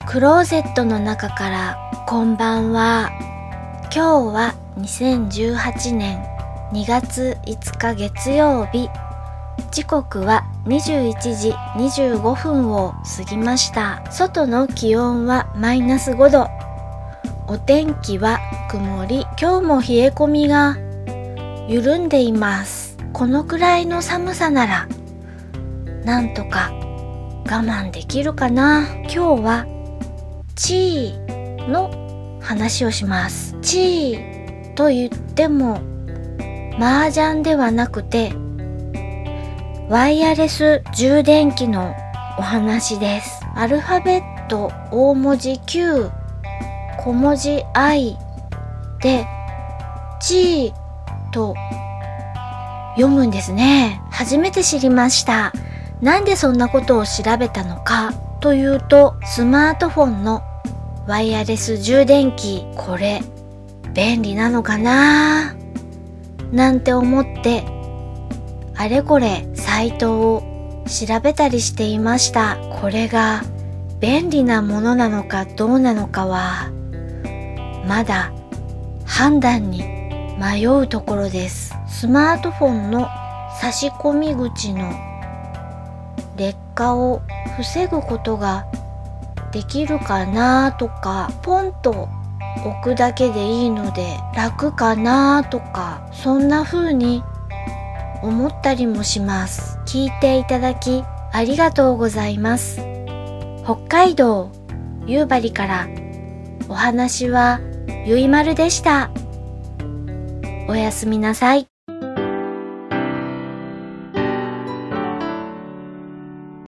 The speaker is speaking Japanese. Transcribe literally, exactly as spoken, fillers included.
クローゼットの中からこんばんは。今日はにせんじゅうはちねんにがついつか月曜日、時刻はにじゅういちじにじゅうごふんを過ぎました。外の気温はマイナスごど、お天気は曇り。今日も冷え込みが緩んでいます。このくらいの寒さならなんとか我慢できるかな。今日はチーの話をします。チーと言っても麻雀ではなくてワイヤレス充電器のお話です。アルファベット大文字 キュー 小文字 アイ でチーと読むんですね。初めて知りました。なんでそんなことを調べたのかというと、スマートフォンのワイヤレス充電器、これ便利なのかななんて思ってあれこれサイトを調べたりしていました。これが便利なものなのかどうなのかはまだ判断に迷うところです。スマートフォンの差し込み口の劣化を防ぐことができるかなとか、ポンと置くだけでいいので楽かなとか、そんな風に思ったりもします。聞いていただきありがとうございます。北海道夕張からお話はゆいまるでした。おやすみなさい。